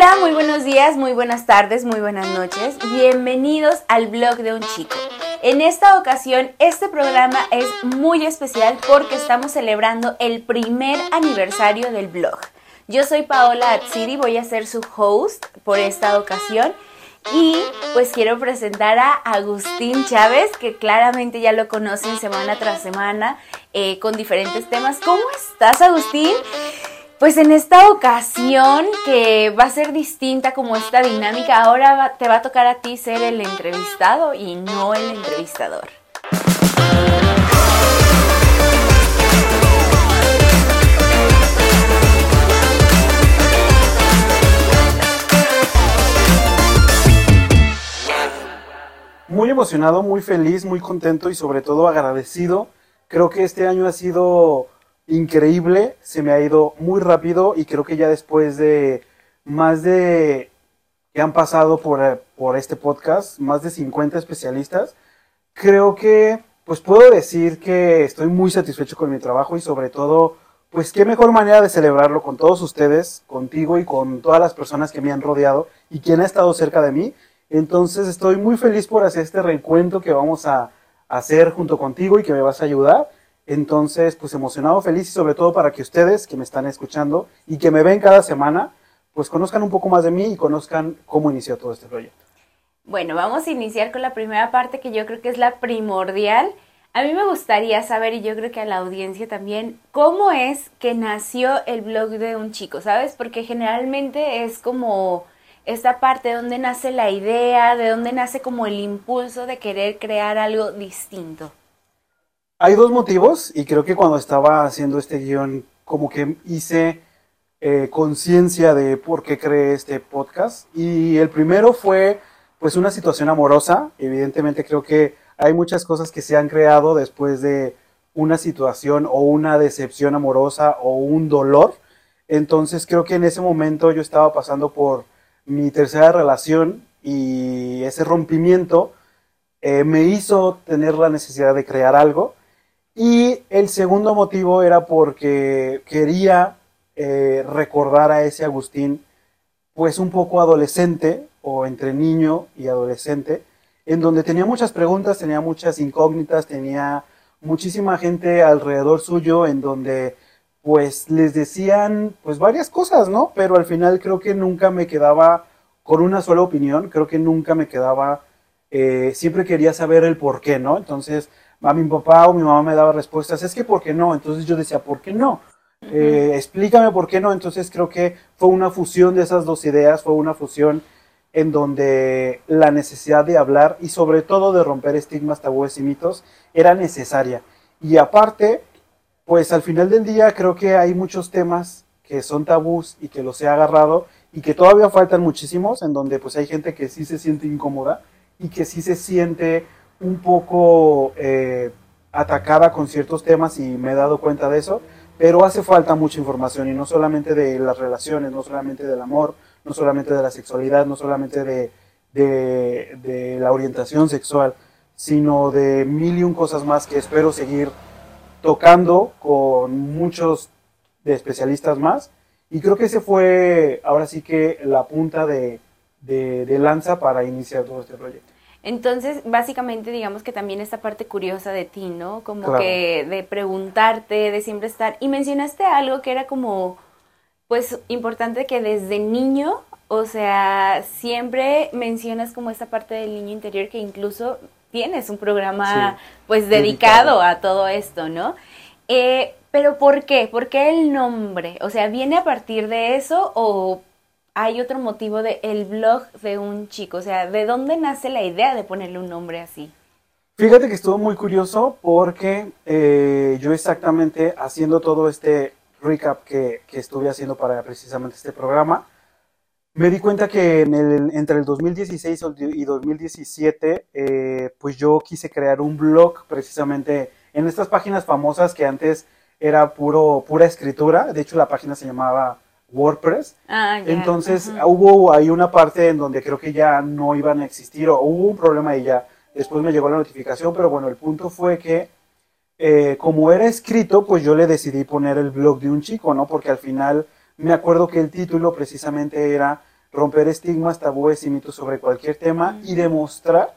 Hola, muy buenos días, muy buenas tardes, muy buenas noches. Bienvenidos al blog de un chico. En esta ocasión, este programa es muy especial porque estamos celebrando el primer aniversario del blog. Yo soy Paola Atsiri, voy a ser su host por esta ocasión. Y pues quiero presentar a Agustín Chávez, que claramente ya lo conocen semana tras semana con diferentes temas. ¿Cómo estás, Agustín? Pues en esta ocasión, que va a ser distinta como esta dinámica, ahora te va a tocar a ti ser el entrevistado y no el entrevistador. Muy emocionado, muy feliz, muy contento y sobre todo agradecido. Creo que este año ha sido increíble, se me ha ido muy rápido y creo que ya después de más de que han pasado por este podcast, más de 50 especialistas, creo que pues puedo decir que estoy muy satisfecho con mi trabajo y sobre todo, pues qué mejor manera de celebrarlo con todos ustedes, contigo y con todas las personas que me han rodeado y quien ha estado cerca de mí. Entonces estoy muy feliz por hacer este reencuentro que vamos a hacer junto contigo y que me vas a ayudar. Entonces, pues emocionado, feliz y sobre todo para que ustedes que me están escuchando y que me ven cada semana, pues conozcan un poco más de mí y conozcan cómo inició todo este proyecto. Bueno, vamos a iniciar con la primera parte que yo creo que es la primordial. A mí me gustaría saber, y yo creo que a la audiencia también, cómo es que nació el blog de un chico, ¿sabes? Porque generalmente es como esta parte de donde nace la idea, de donde nace como el impulso de querer crear algo distinto. Hay dos motivos y creo que cuando estaba haciendo este guión como que hice conciencia de por qué creé este podcast y el primero fue pues una situación amorosa. Evidentemente creo que hay muchas cosas que se han creado después de una situación o una decepción amorosa o un dolor. Entonces creo que en ese momento yo estaba pasando por mi tercera relación y ese rompimiento me hizo tener la necesidad de crear algo. Y el segundo motivo era porque quería recordar a ese Agustín, pues un poco adolescente, o entre niño y adolescente, en donde tenía muchas preguntas, tenía muchas incógnitas, tenía muchísima gente alrededor suyo, en donde pues les decían pues varias cosas, ¿no? Pero al final creo que nunca me quedaba con una sola opinión, creo que nunca me quedaba, siempre quería saber el por qué, ¿no? Entonces a mi papá o mi mamá me daba respuestas, es que ¿por qué no? Entonces yo decía, ¿por qué no? Explícame por qué no. Entonces creo que fue una fusión de esas dos ideas, fue una fusión en donde la necesidad de hablar y sobre todo de romper estigmas, tabúes y mitos era necesaria. Y aparte, pues al final del día creo que hay muchos temas que son tabús y que los he agarrado y que todavía faltan muchísimos, en donde pues hay gente que sí se siente incómoda y que sí se siente un poco atacada con ciertos temas y me he dado cuenta de eso, pero hace falta mucha información y no solamente de las relaciones, no solamente del amor, no solamente de la sexualidad, no solamente de la orientación sexual, sino de mil y un cosas más que espero seguir tocando con muchos de especialistas más y creo que ese fue ahora sí que la punta de lanza para iniciar todo este proyecto. Entonces, básicamente, digamos que también esta parte curiosa de ti, ¿no? Como claro. que de preguntarte, de siempre estar. Y mencionaste algo que era como, pues, importante que desde niño, o sea, siempre mencionas como esta parte del niño interior que incluso tienes un programa, sí, pues, dedicado a todo esto, ¿no? Pero ¿por qué? ¿Por qué el nombre? O sea, ¿viene a partir de eso o hay otro motivo de el blog de un chico? O sea, ¿de dónde nace la idea de ponerle un nombre así? Fíjate que estuvo muy curioso porque yo exactamente haciendo todo este recap que estuve haciendo para precisamente este programa, me di cuenta que entre el 2016 y 2017, pues yo quise crear un blog precisamente en estas páginas famosas que antes era pura escritura. De hecho, la página se llamaba WordPress. Entonces hubo ahí una parte en donde creo que ya no iban a existir o hubo un problema y ya después me llegó la notificación, pero bueno, el punto fue que como era escrito, pues yo le decidí poner el blog de un chico, ¿no? Porque al final me acuerdo que el título precisamente era romper estigmas, tabúes y mitos sobre cualquier tema y demostrar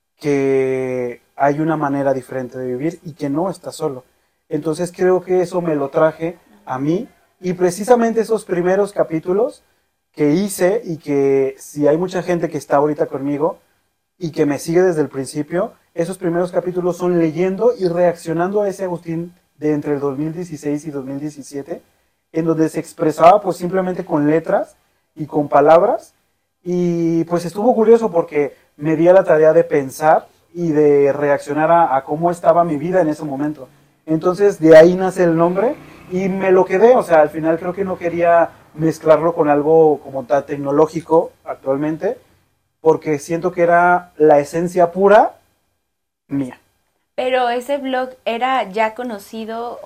que hay una manera diferente de vivir y que no estás solo. Entonces creo que eso me lo traje a mí y precisamente esos primeros capítulos que hice y que si hay mucha gente que está ahorita conmigo y que me sigue desde el principio, esos primeros capítulos son leyendo y reaccionando a ese Agustín de entre el 2016 y 2017, en donde se expresaba pues simplemente con letras y con palabras, y pues estuvo curioso porque me di a la tarea de pensar y de reaccionar a cómo estaba mi vida en ese momento. Entonces de ahí nace el nombre y me lo quedé, o sea, al final creo que no quería mezclarlo con algo como tan tecnológico actualmente, porque siento que era la esencia pura mía. Pero ese blog era ya conocido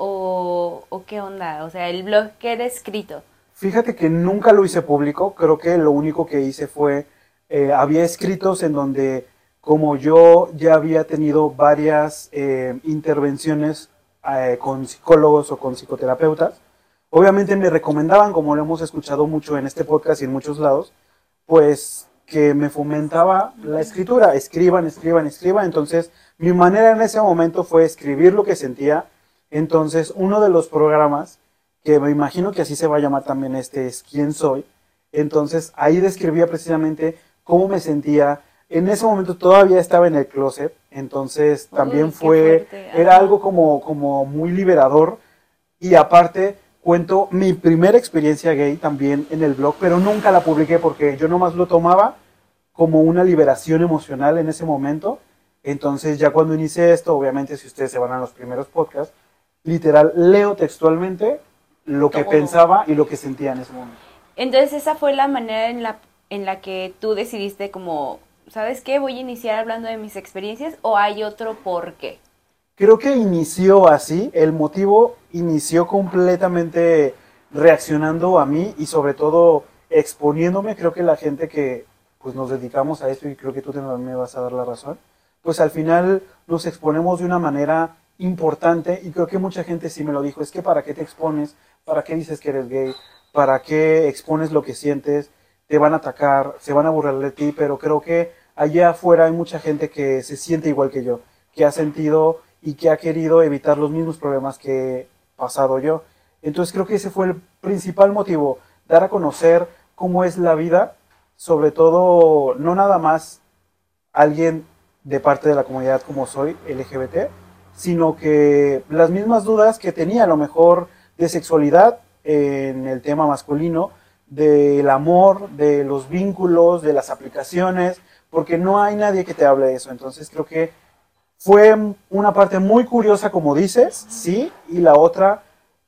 o qué onda, o sea, el blog que era escrito. Fíjate que nunca lo hice público, creo que lo único que hice fue, había escritos en donde como yo ya había tenido varias intervenciones con psicólogos o con psicoterapeutas, obviamente me recomendaban, como lo hemos escuchado mucho en este podcast y en muchos lados, pues que me fomentaba la escritura, escriban, escriban, escriban. Entonces mi manera en ese momento fue escribir lo que sentía. Entonces uno de los programas, que me imagino que así se va a llamar también este, es ¿Quién soy? Entonces ahí describía precisamente cómo me sentía. En ese momento todavía estaba en el closet, entonces también Uy, fue, era algo como muy liberador. Y aparte cuento mi primera experiencia gay también en el blog, pero nunca la publiqué porque yo nomás lo tomaba como una liberación emocional en ese momento. Entonces ya cuando inicié esto, obviamente si ustedes se van a los primeros podcasts, literal leo textualmente lo que Todo. pensaba y lo que sentía en ese momento. Entonces esa fue la manera en la que tú decidiste como, ¿sabes qué? Voy a iniciar hablando de mis experiencias o hay otro por qué. Creo que inició así, el motivo inició completamente reaccionando a mí y sobre todo exponiéndome. Creo que la gente que pues nos dedicamos a esto, y creo que tú también me vas a dar la razón, pues al final nos exponemos de una manera importante y creo que mucha gente sí me lo dijo, es que ¿para qué te expones? ¿Para qué dices que eres gay? ¿Para qué expones lo que sientes? Te van a atacar, se van a burlar de ti, pero creo que allá afuera hay mucha gente que se siente igual que yo, que ha sentido y que ha querido evitar los mismos problemas que he pasado yo. Entonces creo que ese fue el principal motivo, dar a conocer cómo es la vida, sobre todo no nada más alguien de parte de la comunidad como soy, LGBT, sino que las mismas dudas que tenía a lo mejor de sexualidad en el tema masculino, del amor, de los vínculos, de las aplicaciones, porque no hay nadie que te hable de eso. Entonces creo que fue una parte muy curiosa, como dices, sí, y la otra,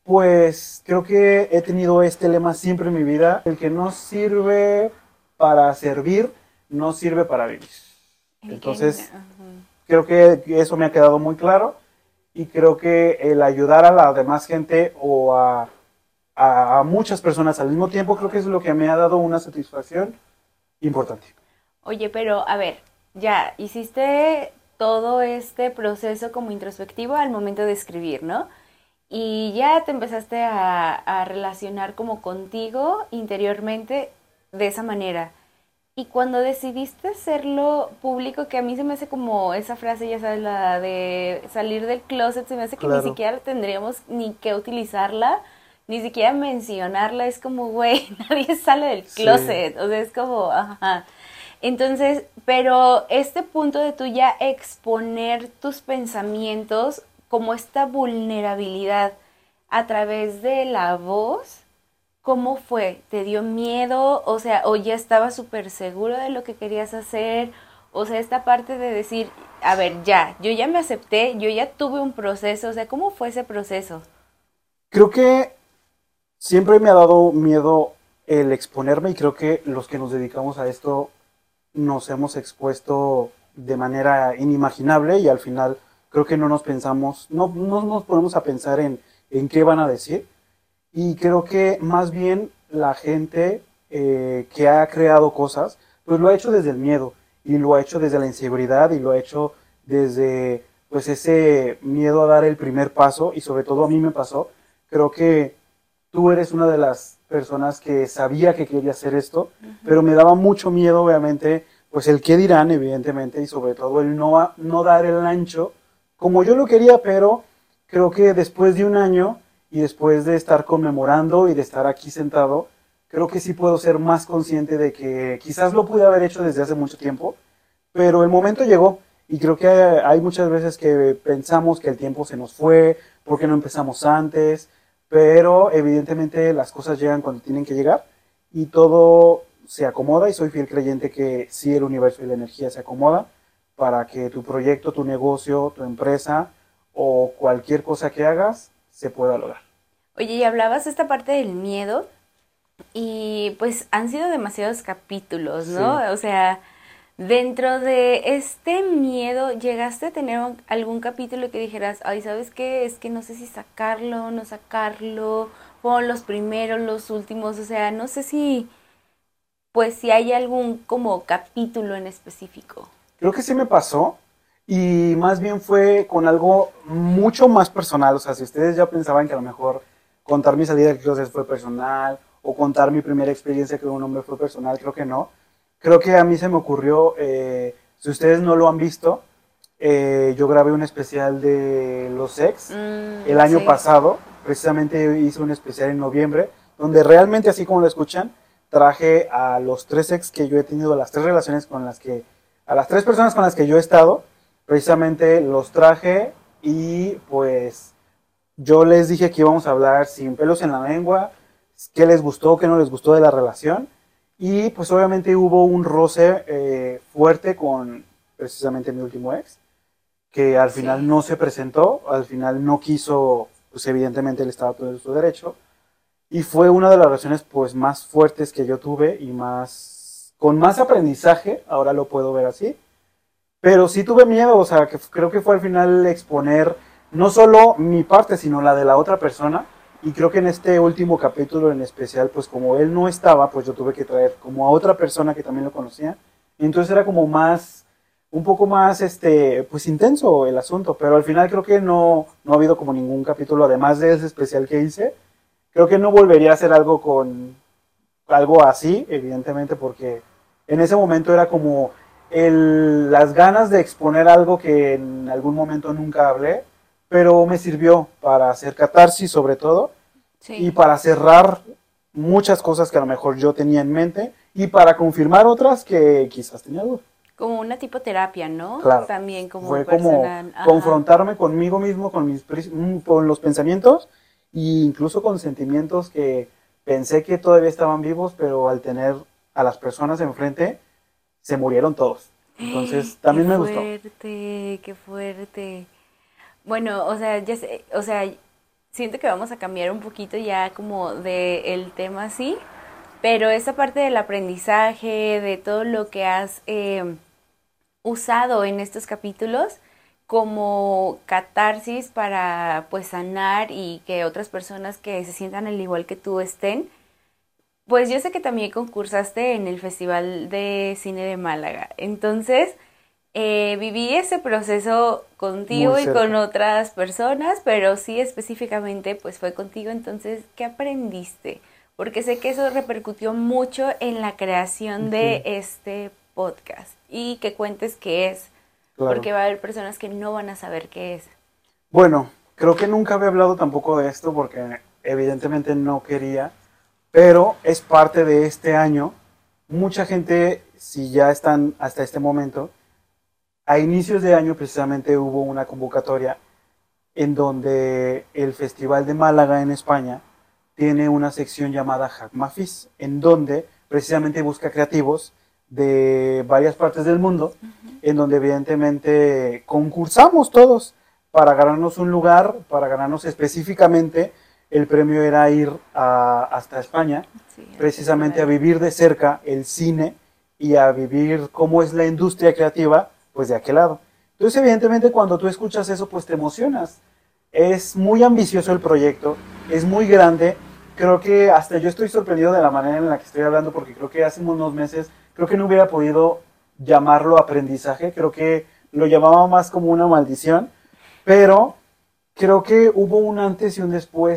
pues creo que he tenido este lema siempre en mi vida, el que no sirve para servir, no sirve para vivir. Entonces, creo que eso me ha quedado muy claro y creo que el ayudar a la demás gente o a muchas personas al mismo tiempo, creo que es lo que me ha dado una satisfacción importante. Oye, pero a ver, ya hiciste todo este proceso como introspectivo al momento de escribir, ¿no? Y ya te empezaste a relacionar como contigo interiormente de esa manera. Y cuando decidiste hacerlo público, que a mí se me hace como esa frase, ya sabes, la de salir del closet, se me hace que Claro. ni siquiera tendríamos ni que utilizarla, ni siquiera mencionarla, es como, güey, nadie sale del closet, o sea, es como, ajá. Entonces, pero este punto de tú ya exponer tus pensamientos como esta vulnerabilidad a través de la voz, ¿cómo fue? ¿Te dio miedo? O sea, ¿o ya estabas súper seguro de lo que querías hacer? O sea, esta parte de decir, a ver, ya, yo ya me acepté, yo ya tuve un proceso, o sea, ¿cómo fue ese proceso? Creo que siempre me ha dado miedo el exponerme y creo que los que nos dedicamos a esto nos hemos expuesto de manera inimaginable y al final creo que no nos pensamos, no nos ponemos a pensar en qué van a decir. Y creo que más bien la gente que ha creado cosas, pues lo ha hecho desde el miedo, y lo ha hecho desde la inseguridad, y lo ha hecho desde pues ese miedo a dar el primer paso, y sobre todo a mí me pasó, creo que tú eres una de las personas que sabía que quería hacer esto, pero me daba mucho miedo, obviamente, pues el qué dirán, evidentemente, y sobre todo el no dar el ancho como yo lo quería, pero creo que después de un año y después de estar conmemorando y de estar aquí sentado, creo que sí puedo ser más consciente de que quizás lo pude haber hecho desde hace mucho tiempo, pero el momento llegó y creo que hay muchas veces que pensamos que el tiempo se nos fue, porque no empezamos antes, pero evidentemente las cosas llegan cuando tienen que llegar y todo se acomoda y soy fiel creyente que sí el universo y la energía se acomoda para que tu proyecto, tu negocio, tu empresa o cualquier cosa que hagas se pueda lograr. Oye, y hablabas de esta parte del miedo y pues han sido demasiados capítulos, ¿no? Sí. O sea, dentro de este miedo, ¿llegaste a tener algún capítulo que dijeras, ay, ¿sabes qué? Es que no sé si sacarlo, no sacarlo, fueron los primeros, los últimos, o sea, no sé si, pues si hay algún como capítulo en específico. Creo que sí me pasó y más bien fue con algo mucho más personal. O sea, si ustedes ya pensaban que a lo mejor contar mi salida de closet fue personal o contar mi primera experiencia con un hombre fue personal, creo que no. Creo que a mí se me ocurrió, si ustedes no lo han visto, yo grabé un especial de los ex el año Sí. pasado. Precisamente hice un especial en noviembre donde realmente, así como lo escuchan, traje a los 3 ex que yo he tenido, las 3 relaciones con las que a las 3 personas con las que yo he estado, precisamente los traje y pues yo les dije que íbamos a hablar sin pelos en la lengua, qué les gustó, qué no les gustó de la relación y pues obviamente hubo un roce fuerte con precisamente mi último ex, que al final Sí. no se presentó, al final no quiso, pues evidentemente él estaba todo en su derecho y fue una de las relaciones pues más fuertes que yo tuve y más con más aprendizaje, ahora lo puedo ver así, pero sí tuve miedo, o sea, que creo que fue al final exponer no solo mi parte, sino la de la otra persona, y creo que en este último capítulo en especial, pues como él no estaba, pues yo tuve que traer como a otra persona que también lo conocía, entonces era como más, un poco más, pues intenso el asunto, pero al final creo que no ha habido como ningún capítulo, además de ese especial que hice, creo que no volvería a hacer algo con algo así, evidentemente, porque en ese momento era como las ganas de exponer algo que en algún momento nunca hablé, pero me sirvió para hacer catarsis sobre todo y Sí. para cerrar muchas cosas que a lo mejor yo tenía en mente y para confirmar otras que quizás tenía dudas. Como una tipo terapia, ¿no? Claro, También como fue como personal. Ajá. confrontarme conmigo mismo, con los pensamientos e incluso con sentimientos que pensé que todavía estaban vivos, pero al tener a las personas enfrente, se murieron todos. Entonces, Qué también me gustó. fuerte, qué fuerte. Bueno, o sea, ya sé, o sea, siento que vamos a cambiar un poquito ya como de el tema así, pero esa parte del aprendizaje, de todo lo que has usado en estos capítulos como catarsis para pues sanar y que otras personas que se sientan al igual que tú estén. Pues yo sé que también concursaste en el Festival de Cine de Málaga. Entonces, viví ese proceso Muy contigo y con cerca. otras personas, pero sí específicamente pues fue contigo. Entonces, ¿qué aprendiste? Porque sé que eso repercutió mucho en la creación de Sí, este podcast y que cuentes qué es, claro. porque va a haber personas que no van a saber qué es. Bueno, creo que nunca había hablado tampoco de esto porque evidentemente no quería, pero es parte de este año. Mucha gente, si ya están hasta este momento, a inicios de año precisamente hubo una convocatoria en donde el Festival de Málaga en España tiene una sección llamada Hackmafis, en donde precisamente busca creativos de varias partes del mundo, en donde evidentemente concursamos todos para ganarnos un lugar, para ganarnos específicamente, el premio era ir hasta España, Sí, al precisamente a festival. vivir de cerca el cine y a vivir cómo es la industria creativa, pues de aquel lado. Entonces, evidentemente, cuando tú escuchas eso, pues te emocionas. Es muy ambicioso el proyecto, es muy grande. Creo que hasta yo estoy sorprendido de la manera en la que estoy hablando, porque creo que hace unos meses, creo que no hubiera podido llamarlo aprendizaje, creo que lo llamaba más como una maldición, pero creo que hubo un antes y un después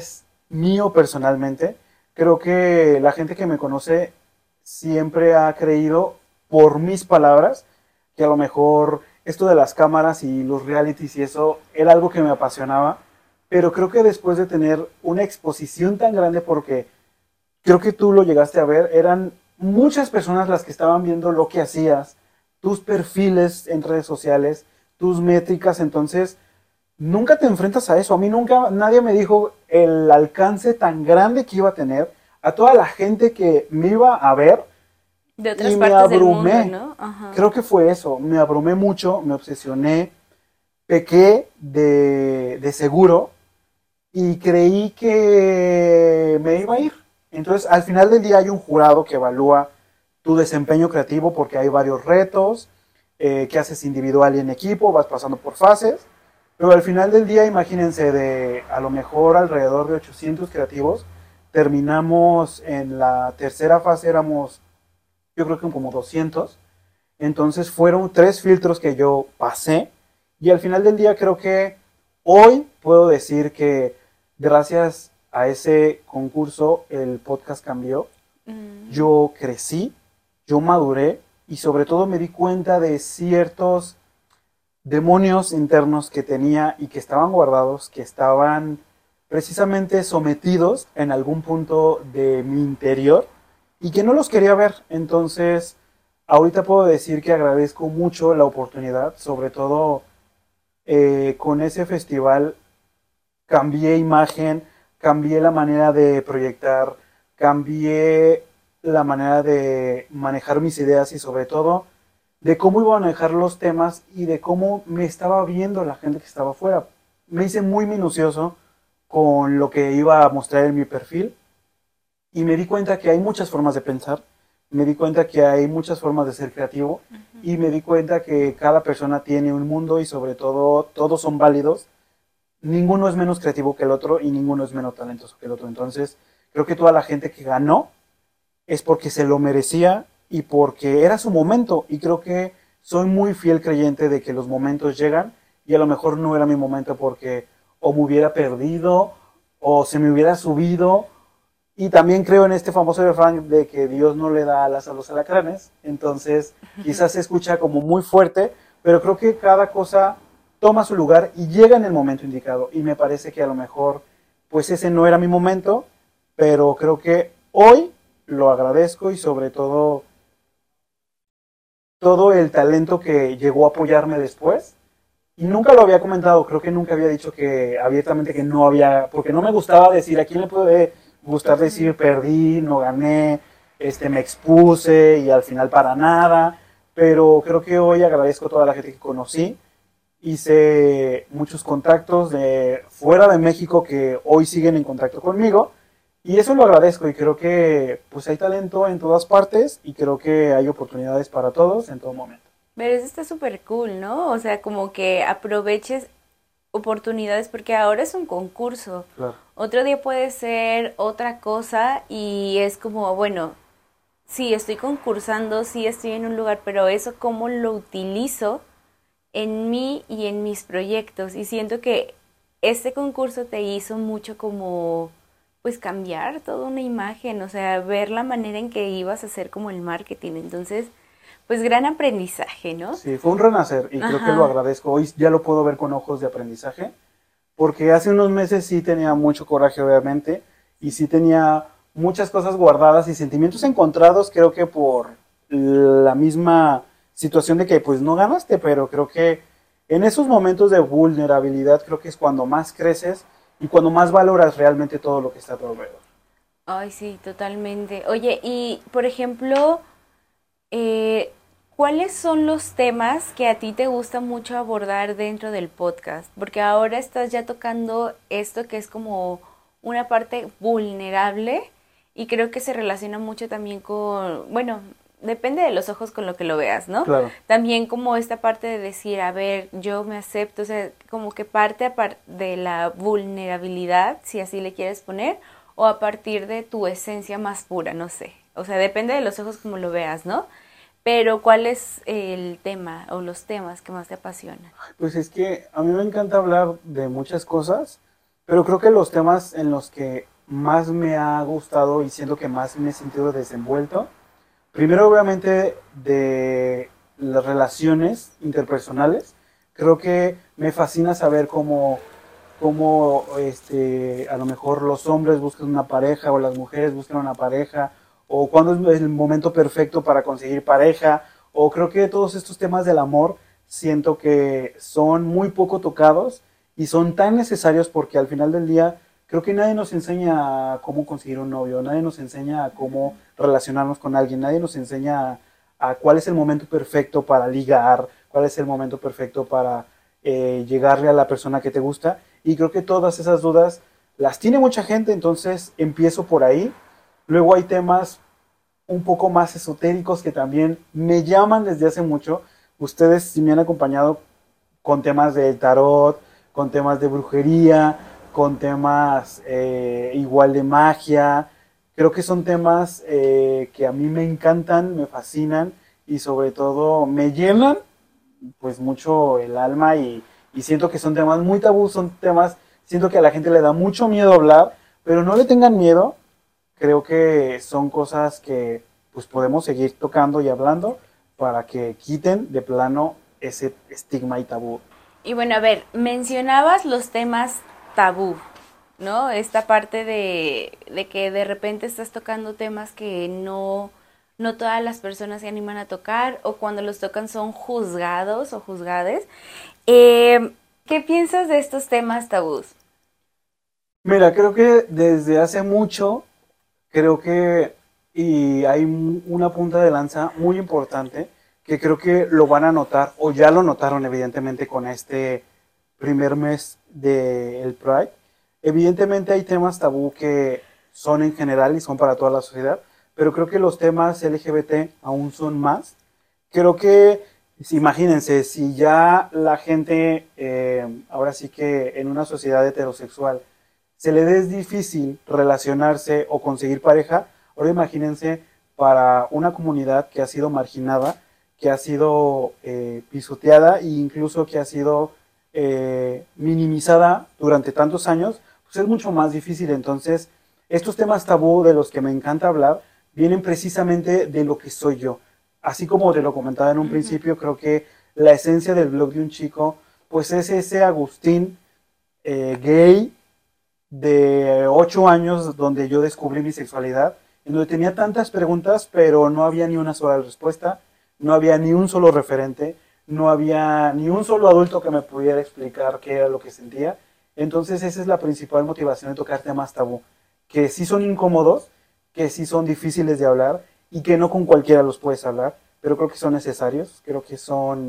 mío personalmente. Creo que la gente que me conoce siempre ha creído, por mis palabras, que a lo mejor esto de las cámaras y los realities y eso era algo que me apasionaba, pero creo que después de tener una exposición tan grande, porque creo que tú lo llegaste a ver, eran muchas personas las que estaban viendo lo que hacías, tus perfiles en redes sociales, tus métricas, entonces nunca te enfrentas a eso. A mí nunca, nadie me dijo el alcance tan grande que iba a tener, a toda la gente que me iba a ver, De otras y me partes del mundo, abrumé. ¿no? Ajá. Creo que fue eso, me abrumé mucho, me obsesioné, pequé de seguro y creí que me iba a ir. Entonces, al final del día hay un jurado que evalúa tu desempeño creativo porque hay varios retos que haces individual y en equipo, vas pasando por fases, pero al final del día, imagínense, de a lo mejor alrededor de 800 creativos, terminamos en la tercera fase, éramos yo creo que como 200, entonces fueron 3 filtros que yo pasé y al final del día creo que hoy puedo decir que gracias a ese concurso el podcast cambió, yo crecí, yo maduré y sobre todo me di cuenta de ciertos demonios internos que tenía y que estaban guardados, que estaban precisamente sometidos en algún punto de mi interior y que no los quería ver. Entonces, ahorita puedo decir que agradezco mucho la oportunidad, sobre todo con ese festival cambié imagen, cambié la manera de proyectar, cambié la manera de manejar mis ideas y sobre todo de cómo iba a manejar los temas y de cómo me estaba viendo la gente que estaba afuera. Me hice muy minucioso con lo que iba a mostrar en mi perfil y me di cuenta que hay muchas formas de pensar, me di cuenta que hay muchas formas de ser creativo y me di cuenta que cada persona tiene un mundo y sobre todo todos son válidos. Ninguno es menos creativo que el otro y ninguno es menos talentoso que el otro. Entonces, creo que toda la gente que ganó es porque se lo merecía y porque era su momento. Y creo que soy muy fiel creyente de que los momentos llegan y a lo mejor no era mi momento porque o me hubiera perdido o se me hubiera subido. Y también creo en este famoso refrán de que Dios no le da alas a los alacranes. Entonces, quizás se escucha como muy fuerte, pero creo que cada cosa toma su lugar y llega en el momento indicado. Y me parece que a lo mejor, pues ese no era mi momento, pero creo que hoy lo agradezco y sobre todo todo el talento que llegó a apoyarme después. Y nunca lo había comentado, creo que nunca había dicho que abiertamente que no había, porque no me gustaba decir, ¿a quién le puede gustar decir perdí, no gané, me expuse y al final para nada? Pero creo que hoy agradezco a toda la gente que conocí. Hice muchos contactos de fuera de México que hoy siguen en contacto conmigo y eso lo agradezco y creo que pues hay talento en todas partes y creo que hay oportunidades para todos en todo momento. Pero eso está súper cool, ¿no? O sea, como que aproveches oportunidades porque ahora es un concurso. Claro. Otro día puede ser otra cosa y es como, bueno, sí, estoy concursando, sí, estoy en un lugar, pero eso cómo lo utilizo en mí y en mis proyectos. Y siento que este concurso te hizo mucho como, pues cambiar toda una imagen, o sea, ver la manera en que ibas a hacer como el marketing. Entonces, pues gran aprendizaje, ¿no? Sí, fue un renacer y creo que lo agradezco. Hoy ya lo puedo ver con ojos de aprendizaje, porque hace unos meses sí tenía mucho coraje, obviamente, y sí tenía muchas cosas guardadas y sentimientos encontrados, creo que por la misma situación de que pues no ganaste, pero creo que en esos momentos de vulnerabilidad creo que es cuando más creces y cuando más valoras realmente todo lo que está a tu alrededor. Ay, sí, totalmente. Oye, y por ejemplo, eh, ¿cuáles son los temas que a ti te gusta mucho abordar dentro del podcast? Porque ahora estás ya tocando esto que es como una parte vulnerable y creo que se relaciona mucho también con, bueno, depende de los ojos con lo que lo veas, ¿no? Claro. También como esta parte de decir, a ver, yo me acepto, o sea, como que parte de la vulnerabilidad, si así le quieres poner, o a partir de tu esencia más pura, no sé. O sea, depende de los ojos como lo veas, ¿no? Pero ¿cuál es el tema o los temas que más te apasionan? Pues es que a mí me encanta hablar de muchas cosas, pero creo que los temas en los que más me ha gustado y siento que más me he sentido desenvuelto. Primero, obviamente, de las relaciones interpersonales. Creo que me fascina saber cómo a lo mejor los hombres buscan una pareja o las mujeres buscan una pareja, o cuándo es el momento perfecto para conseguir pareja, o creo que todos estos temas del amor siento que son muy poco tocados y son tan necesarios porque al final del día creo que nadie nos enseña a cómo conseguir un novio, nadie nos enseña a cómo relacionarnos con alguien, nadie nos enseña a cuál es el momento perfecto para ligar, cuál es el momento perfecto para llegarle a la persona que te gusta. Y creo que todas esas dudas las tiene mucha gente, entonces empiezo por ahí. Luego hay temas un poco más esotéricos que también me llaman desde hace mucho. Ustedes sí me han acompañado con temas del tarot, con temas de brujería, con temas igual de magia. Creo que son temas que a mí me encantan, me fascinan y sobre todo me llenan pues mucho el alma y siento que son temas muy tabú, son temas, siento que a la gente le da mucho miedo hablar, pero no le tengan miedo, creo que son cosas que pues podemos seguir tocando y hablando para que quiten de plano ese estigma y tabú. Y bueno, a ver, mencionabas los temas tabú, ¿no? Esta parte de que de repente estás tocando temas que no todas las personas se animan a tocar o cuando los tocan son juzgados o juzgades. ¿Qué piensas de estos temas tabús? Mira, creo que desde hace mucho, creo que, y hay una punta de lanza muy importante, que creo que lo van a notar, o ya lo notaron evidentemente con este primer mes del Pride. Evidentemente hay temas tabú que son en general y son para toda la sociedad, pero creo que los temas LGBT aún son más. Creo que, imagínense, si ya la gente, ahora sí que en una sociedad heterosexual, se le es difícil relacionarse o conseguir pareja, ahora imagínense para una comunidad que ha sido marginada, que ha sido pisoteada e incluso que ha sido minimizada durante tantos años, pues es mucho más difícil. Entonces, estos temas tabú de los que me encanta hablar vienen precisamente de lo que soy yo. Así como te lo comentaba en un principio, creo que la esencia del blog de un chico, pues es ese Agustín gay de 8 años donde yo descubrí mi sexualidad, en donde tenía tantas preguntas, pero no había ni una sola respuesta, no había ni un solo referente, no había ni un solo adulto que me pudiera explicar qué era lo que sentía. Entonces esa es la principal motivación de tocar temas tabú, que sí son incómodos, que sí son difíciles de hablar y que no con cualquiera los puedes hablar, pero creo que son necesarios, creo que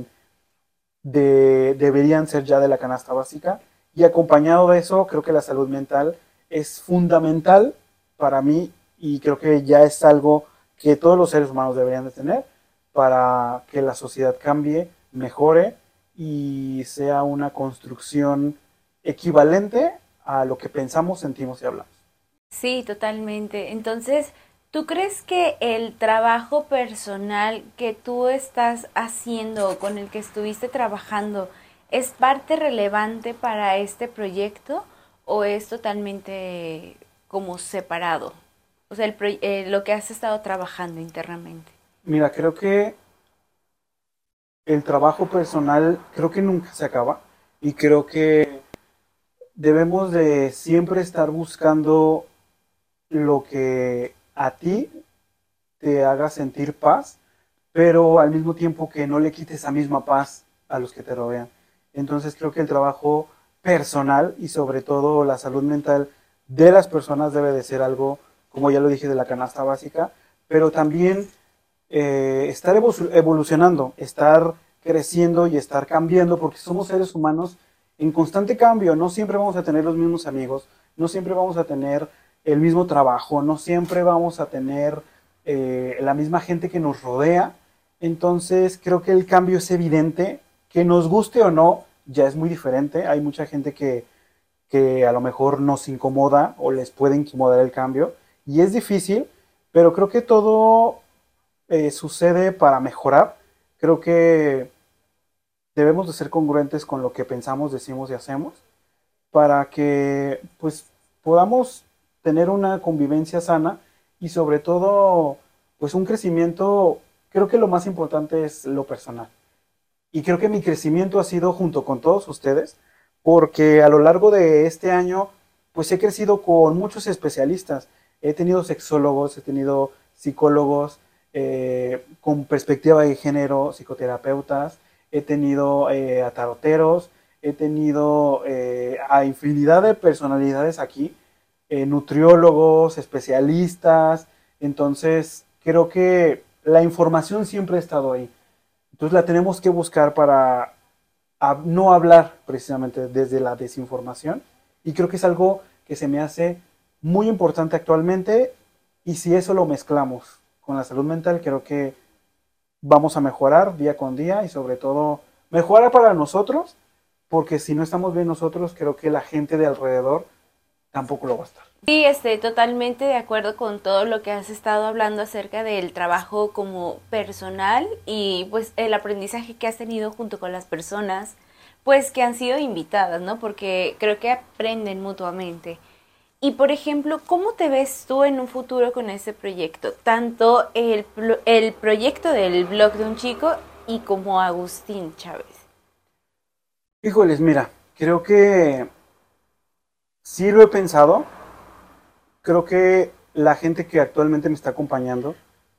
deberían ser ya de la canasta básica. Y acompañado de eso, creo que la salud mental es fundamental para mí y creo que ya es algo que todos los seres humanos deberían de tener para que la sociedad cambie, mejore y sea una construcción equivalente a lo que pensamos, sentimos y hablamos. Sí, totalmente. Entonces, ¿tú crees que el trabajo personal que tú estás haciendo o con el que estuviste trabajando es parte relevante para este proyecto o es totalmente como separado? O sea, lo que has estado trabajando internamente. Mira, creo que el trabajo personal creo que nunca se acaba y creo que debemos de siempre estar buscando lo que a ti te haga sentir paz, pero al mismo tiempo que no le quites esa misma paz a los que te rodean. Entonces creo que el trabajo personal y sobre todo la salud mental de las personas debe de ser algo, como ya lo dije, de la canasta básica, pero también estar evolucionando, estar creciendo y estar cambiando, porque somos seres humanos en constante cambio, no siempre vamos a tener los mismos amigos, no siempre vamos a tener el mismo trabajo, no siempre vamos a tener la misma gente que nos rodea. Entonces creo que el cambio es evidente, que nos guste o no, ya es muy diferente. Hay mucha gente que a lo mejor nos incomoda o les puede incomodar el cambio y es difícil, pero creo que todo sucede para mejorar. Creo que debemos de ser congruentes con lo que pensamos, decimos y hacemos para que pues podamos tener una convivencia sana y sobre todo, pues un crecimiento. Creo que lo más importante es lo personal. Y creo que mi crecimiento ha sido junto con todos ustedes, porque a lo largo de este año, pues he crecido con muchos especialistas. He tenido sexólogos, he tenido psicólogos con perspectiva de género, psicoterapeutas, he tenido a taroteros, he tenido a infinidad de personalidades aquí, nutriólogos, especialistas. Entonces, creo que la información siempre ha estado ahí. Entonces la tenemos que buscar para no hablar precisamente desde la desinformación. Y creo que es algo que se me hace muy importante actualmente. Y si eso lo mezclamos con la salud mental, creo que vamos a mejorar día con día y sobre todo mejorar para nosotros, porque si no estamos bien nosotros, creo que la gente de alrededor tampoco lo va a estar. Sí, totalmente de acuerdo con todo lo que has estado hablando acerca del trabajo como personal y pues el aprendizaje que has tenido junto con las personas pues que han sido invitadas, ¿no? Porque creo que aprenden mutuamente. Y por ejemplo, ¿cómo te ves tú en un futuro con este proyecto? Tanto el proyecto del blog de un chico y como Agustín Chávez. Híjoles, mira, creo que sí lo he pensado. Creo que la gente que actualmente me está acompañando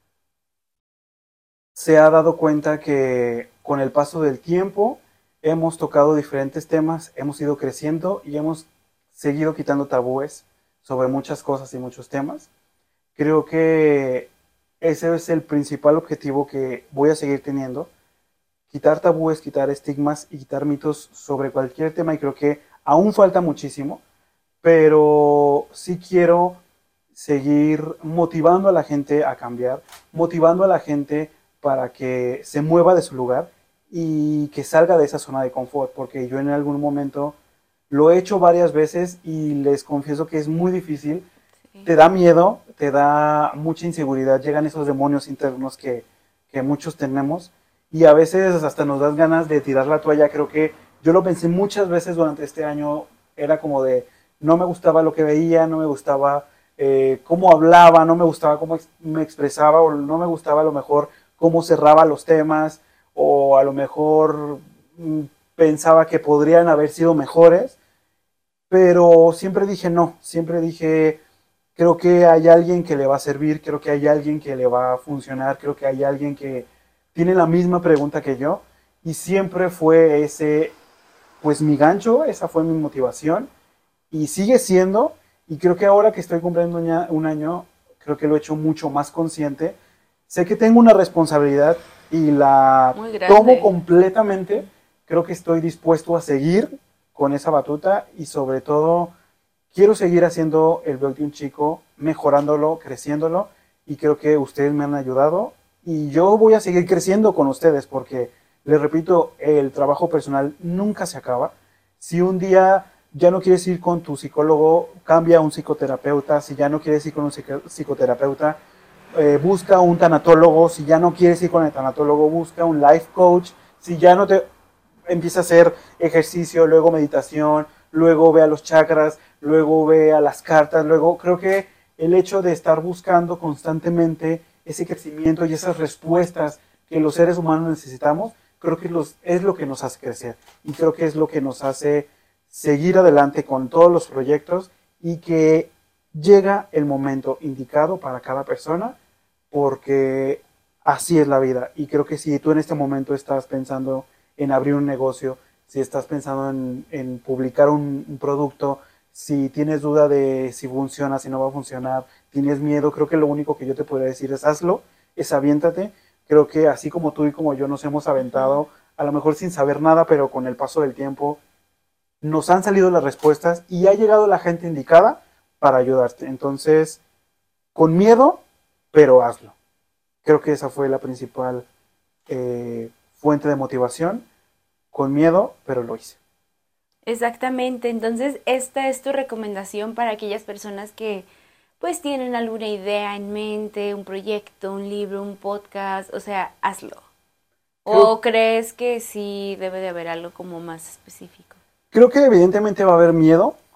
se ha dado cuenta que con el paso del tiempo hemos tocado diferentes temas, hemos ido creciendo y hemos seguido quitando tabúes sobre muchas cosas y muchos temas. Creo que ese es el principal objetivo que voy a seguir teniendo: quitar tabúes, quitar estigmas y quitar mitos sobre cualquier tema, y creo que aún falta muchísimo, pero sí quiero seguir motivando a la gente a cambiar, motivando a la gente para que se mueva de su lugar y que salga de esa zona de confort, porque yo en algún momento lo he hecho varias veces y les confieso que es muy difícil. Sí. Te da miedo, te da mucha inseguridad, llegan esos demonios internos que muchos tenemos y a veces hasta nos das ganas de tirar la toalla. Creo que yo lo pensé muchas veces durante este año, era como de no me gustaba lo que veía, no me gustaba cómo hablaba, no me gustaba cómo me expresaba, o no me gustaba a lo mejor cómo cerraba los temas, o a lo mejor pensaba que podrían haber sido mejores, pero siempre dije no, siempre dije creo que hay alguien que le va a servir, creo que hay alguien que le va a funcionar, creo que hay alguien que tiene la misma pregunta que yo, y siempre fue ese, pues mi gancho, esa fue mi motivación, y sigue siendo. Y creo que ahora que estoy cumpliendo un año, creo que lo he hecho mucho más consciente. Sé que tengo una responsabilidad y la tomo completamente. Creo que estoy dispuesto a seguir con esa batuta y sobre todo quiero seguir haciendo el blog de un chico, mejorándolo, creciéndolo, y creo que ustedes me han ayudado y yo voy a seguir creciendo con ustedes porque, les repito, el trabajo personal nunca se acaba. Si un día ya no quieres ir con tu psicólogo, cambia a un psicoterapeuta. Si ya no quieres ir con un psicoterapeuta, busca un tanatólogo. Si ya no quieres ir con el tanatólogo, busca un life coach. Si ya no te empieza a hacer ejercicio, luego meditación, luego ve a los chakras, luego ve a las cartas, luego creo que el hecho de estar buscando constantemente ese crecimiento y esas respuestas que los seres humanos necesitamos, creo que es lo que nos hace crecer y creo que es lo que nos hace seguir adelante con todos los proyectos y que llega el momento indicado para cada persona, porque así es la vida. Y creo que si tú en este momento estás pensando en abrir un negocio, si estás pensando en publicar un producto, si tienes duda de si funciona, si no va a funcionar, tienes miedo, creo que lo único que yo te podría decir es hazlo, es aviéntate. Creo que así como tú y como yo nos hemos aventado, a lo mejor sin saber nada, pero con el paso del tiempo nos han salido las respuestas y ha llegado la gente indicada para ayudarte. Entonces, con miedo, pero hazlo. Creo que esa fue la principal fuente de motivación. Con miedo, pero lo hice. Exactamente. Entonces, esta es tu recomendación para aquellas personas que pues tienen alguna idea en mente, un proyecto, un libro, un podcast, o sea, hazlo. ¿O crees que sí debe de haber algo como más específico? Creo que evidentemente va a haber miedo,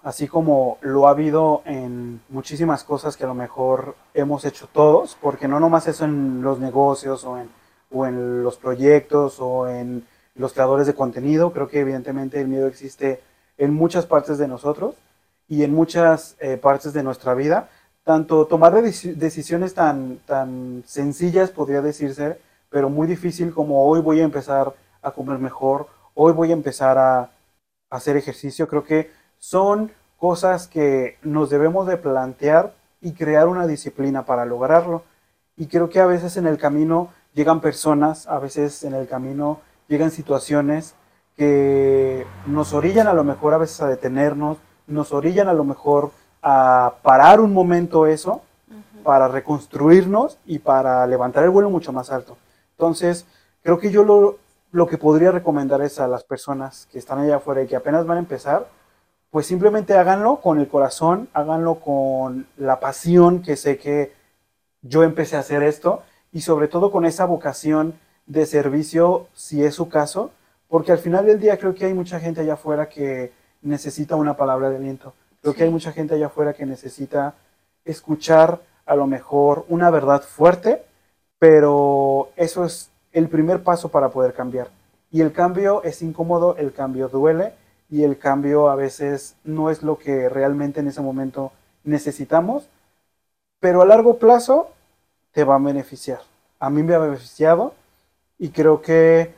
así como lo ha habido en muchísimas cosas que a lo mejor hemos hecho todos, porque no nomás eso en los negocios o en los proyectos o en los creadores de contenido, creo que evidentemente el miedo existe en muchas partes de nosotros y en muchas partes de nuestra vida, tanto tomar decisiones tan sencillas, podría decirse, pero muy difícil como hoy voy a empezar a comer mejor, hoy voy a empezar a hacer ejercicio, creo que son cosas que nos debemos de plantear y crear una disciplina para lograrlo. Y creo que a veces en el camino llegan personas, a veces en el camino llegan situaciones que nos orillan a lo mejor a veces a detenernos, nos orillan a lo mejor a parar un momento eso, para reconstruirnos y para levantar el vuelo mucho más alto. Entonces, creo que yo lo que podría recomendar es a las personas que están allá afuera y que apenas van a empezar, pues simplemente háganlo con el corazón, háganlo con la pasión que sé que yo empecé a hacer esto y sobre todo con esa vocación de servicio, si es su caso, porque al final del día creo que hay mucha gente allá afuera que necesita una palabra de aliento. Creo que hay mucha gente allá afuera que necesita escuchar a lo mejor una verdad fuerte, pero eso es el primer paso para poder cambiar. Y el cambio es incómodo, el cambio duele y el cambio a veces no es lo que realmente en ese momento necesitamos, pero a largo plazo te va a beneficiar. A mí me ha beneficiado y creo que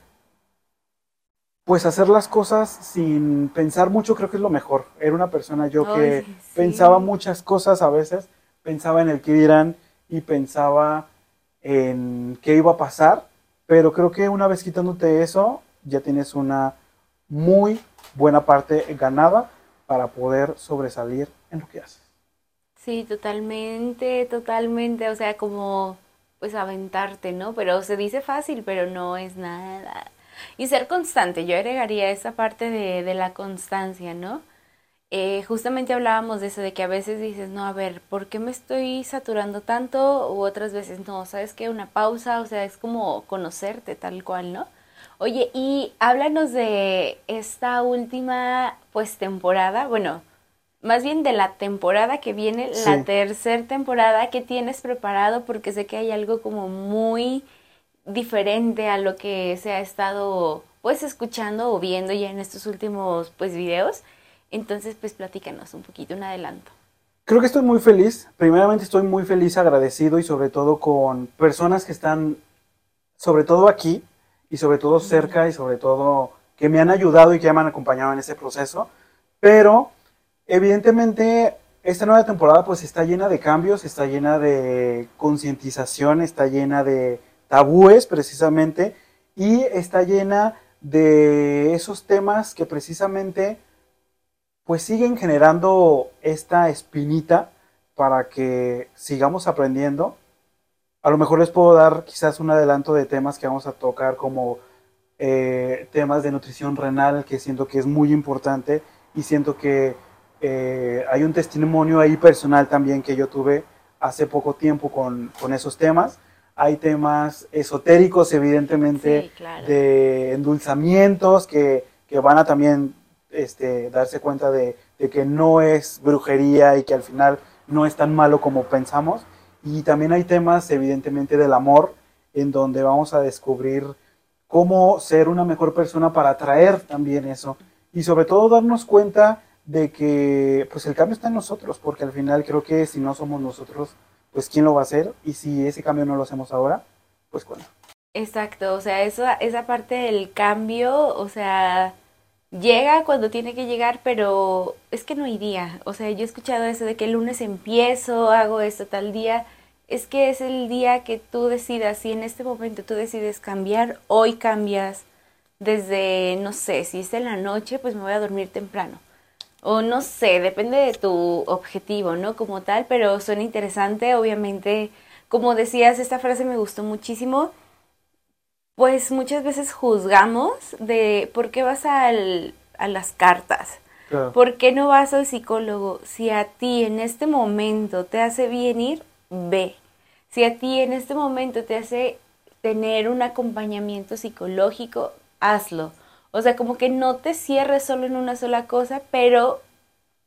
pues hacer las cosas sin pensar mucho creo que es lo mejor. Era una persona yo que Ay, sí. pensaba muchas cosas a veces, pensaba en el qué dirán y pensaba en qué iba a pasar, pero creo que una vez quitándote eso, ya tienes una muy buena parte ganada para poder sobresalir en lo que haces. Sí, totalmente, totalmente, o sea, como pues aventarte, ¿no? Pero se dice fácil, pero no es nada. Y ser constante, yo agregaría esa parte de la constancia, ¿no? Justamente hablábamos de eso, de que a veces dices, no, a ver, ¿por qué me estoy saturando tanto? U otras veces, no, ¿sabes qué? Una pausa, o sea, es como conocerte tal cual, ¿no? Oye, y háblanos de esta última, pues, temporada, bueno, más bien de la temporada que viene, la Sí. tercera temporada que tienes preparado, porque sé que hay algo como muy diferente a lo que se ha estado pues escuchando o viendo ya en estos últimos pues videos. Entonces pues platícanos un poquito, un adelanto. Creo que estoy muy feliz. Primeramente estoy muy feliz, agradecido y sobre todo con personas que están, sobre todo aquí y sobre todo cerca y sobre todo que me han ayudado y que me han acompañado en este proceso. Pero evidentemente esta nueva temporada pues está llena de cambios, está llena de concientización, está llena de tabúes precisamente y está llena de esos temas que precisamente pues siguen generando esta espinita para que sigamos aprendiendo. A lo mejor les puedo dar quizás un adelanto de temas que vamos a tocar como temas de nutrición renal, que siento que es muy importante y siento que hay un testimonio ahí personal también que yo tuve hace poco tiempo con esos temas. Hay temas esotéricos, evidentemente, Sí, claro. de endulzamientos que van a también darse cuenta de que no es brujería y que al final no es tan malo como pensamos. Y también hay temas, evidentemente, del amor, en donde vamos a descubrir cómo ser una mejor persona para atraer también eso. Y sobre todo darnos cuenta de que pues el cambio está en nosotros, porque al final creo que si no somos nosotros, pues ¿quién lo va a hacer? Y si ese cambio no lo hacemos ahora, pues ¿cuándo? Exacto, o sea, esa parte del cambio, o sea, llega cuando tiene que llegar, pero es que no hay día. O sea, yo he escuchado eso de que el lunes empiezo, hago esto tal día. Es que es el día que tú decidas, si en este momento tú decides cambiar, hoy cambias. Desde, no sé, si es en la noche, pues me voy a dormir temprano. O no sé, depende de tu objetivo, ¿no? Como tal, pero suena interesante, obviamente. Como decías, esta frase me gustó muchísimo. Pues muchas veces juzgamos de por qué vas a las cartas, Claro. por qué no vas al psicólogo. Si a ti en este momento te hace bien ir, ve. Si a ti en este momento te hace tener un acompañamiento psicológico, hazlo. O sea, como que no te cierres solo en una sola cosa, pero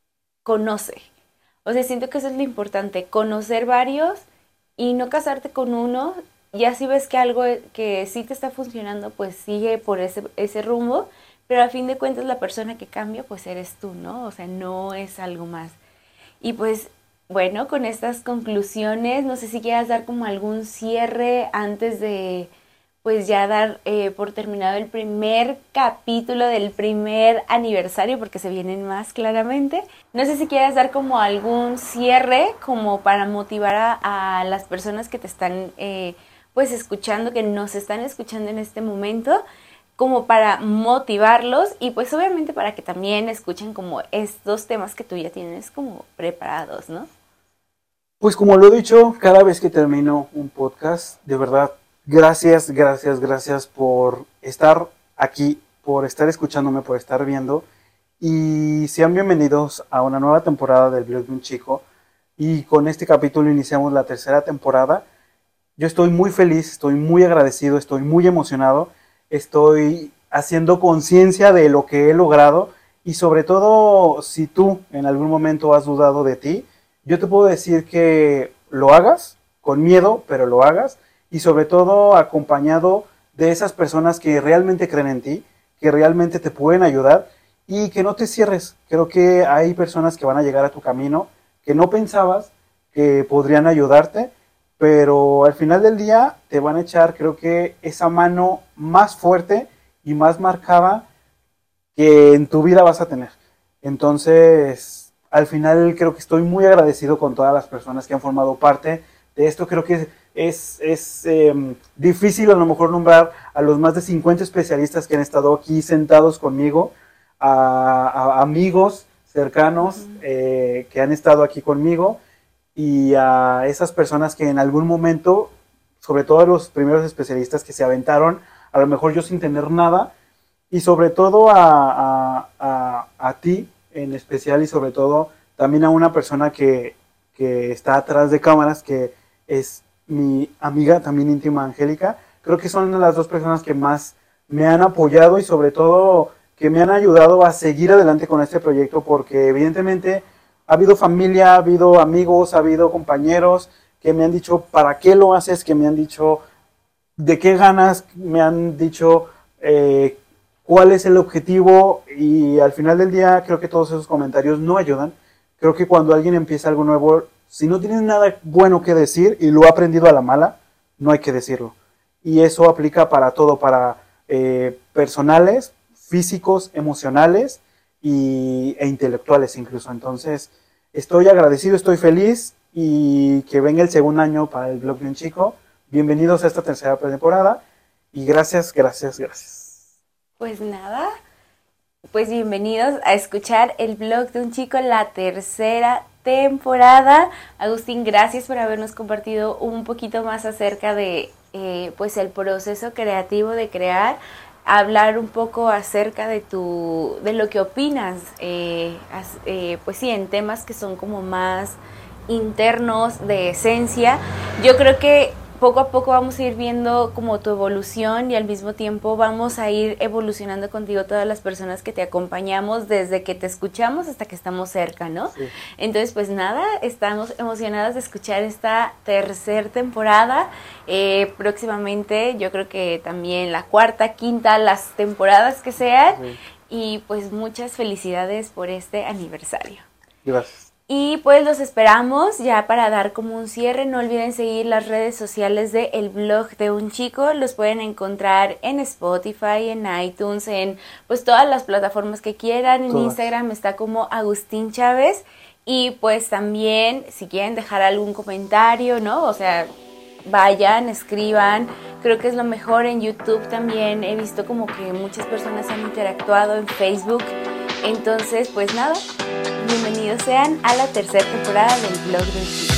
conoce. O sea, siento que eso es lo importante, conocer varios y no casarte con uno. Ya si ves que algo que sí te está funcionando, pues sigue por ese rumbo, pero a fin de cuentas la persona que cambia, pues eres tú, ¿no? O sea, no es algo más. Y pues, bueno, con estas conclusiones, no sé si quieras dar como algún cierre antes de, pues ya dar por terminado el primer capítulo del primer aniversario, porque se vienen más claramente. No sé si quieras dar como algún cierre como para motivar a las personas que te están pues escuchando, que nos están escuchando en este momento, como para motivarlos y pues obviamente para que también escuchen como estos temas que tú ya tienes como preparados, ¿no? Pues como lo he dicho, cada vez que termino un podcast, de verdad, gracias, gracias, gracias por estar aquí, por estar escuchándome, por estar viendo. Y sean bienvenidos a una nueva temporada del Blog de un Chico. Y con este capítulo iniciamos la tercera temporada. Yo estoy muy feliz, estoy muy agradecido, estoy muy emocionado. Estoy haciendo conciencia de lo que he logrado. Y sobre todo, si tú en algún momento has dudado de ti, yo te puedo decir que lo hagas, con miedo, pero lo hagas. Y sobre todo acompañado de esas personas que realmente creen en ti, que realmente te pueden ayudar y que no te cierres. Creo que hay personas que van a llegar a tu camino que no pensabas que podrían ayudarte, pero al final del día te van a echar, creo que esa mano más fuerte y más marcada que en tu vida vas a tener. Entonces, al final creo que estoy muy agradecido con todas las personas que han formado parte de esto. Creo que es difícil a lo mejor nombrar a los más de 50 especialistas que han estado aquí sentados conmigo, a amigos cercanos que han estado aquí conmigo y a esas personas que en algún momento, sobre todo los primeros especialistas que se aventaron, a lo mejor yo sin tener nada, y sobre todo a ti en especial y sobre todo también a una persona que está atrás de cámaras, que es mi amiga también íntima, Angélica. Creo que son las dos personas que más me han apoyado y sobre todo que me han ayudado a seguir adelante con este proyecto, porque evidentemente ha habido familia, ha habido amigos, ha habido compañeros que me han dicho ¿para qué lo haces?, que me han dicho ¿de qué ganas?, me han dicho cuál es el objetivo, y al final del día creo que todos esos comentarios no ayudan. Creo que cuando alguien empieza algo nuevo, si no tienes nada bueno que decir y lo ha aprendido a la mala, no hay que decirlo. Y eso aplica para todo, para personales, físicos, emocionales e intelectuales incluso. Entonces, estoy agradecido, estoy feliz y que venga el segundo año para el Blog de un Chico. Bienvenidos a esta tercera temporada y gracias, gracias, gracias. Pues nada, pues bienvenidos a escuchar el Blog de un Chico, la tercera temporada. Agustín, gracias por habernos compartido un poquito más acerca de pues el proceso creativo de crear, hablar un poco acerca de lo que opinas, pues sí, en temas que son como más internos, de esencia. Yo creo que poco a poco vamos a ir viendo como tu evolución y al mismo tiempo vamos a ir evolucionando contigo todas las personas que te acompañamos desde que te escuchamos hasta que estamos cerca, ¿no? Sí. Entonces, pues nada, estamos emocionadas de escuchar esta tercera temporada. Próximamente yo creo que también la cuarta, quinta, las temporadas que sean. Sí. Y pues muchas felicidades por este aniversario. Gracias. Y pues los esperamos ya para dar como un cierre. No olviden seguir las redes sociales de El Blog de un Chico. Los pueden encontrar en Spotify, en iTunes, en pues todas las plataformas que quieran. En Instagram está como Agustín Chávez. Y pues también si quieren dejar algún comentario, ¿no? O sea, vayan, escriban. Creo que es lo mejor. En YouTube también he visto como que muchas personas han interactuado, en Facebook. Entonces, pues nada, bienvenidos sean a la tercera temporada del Blog de un Chico.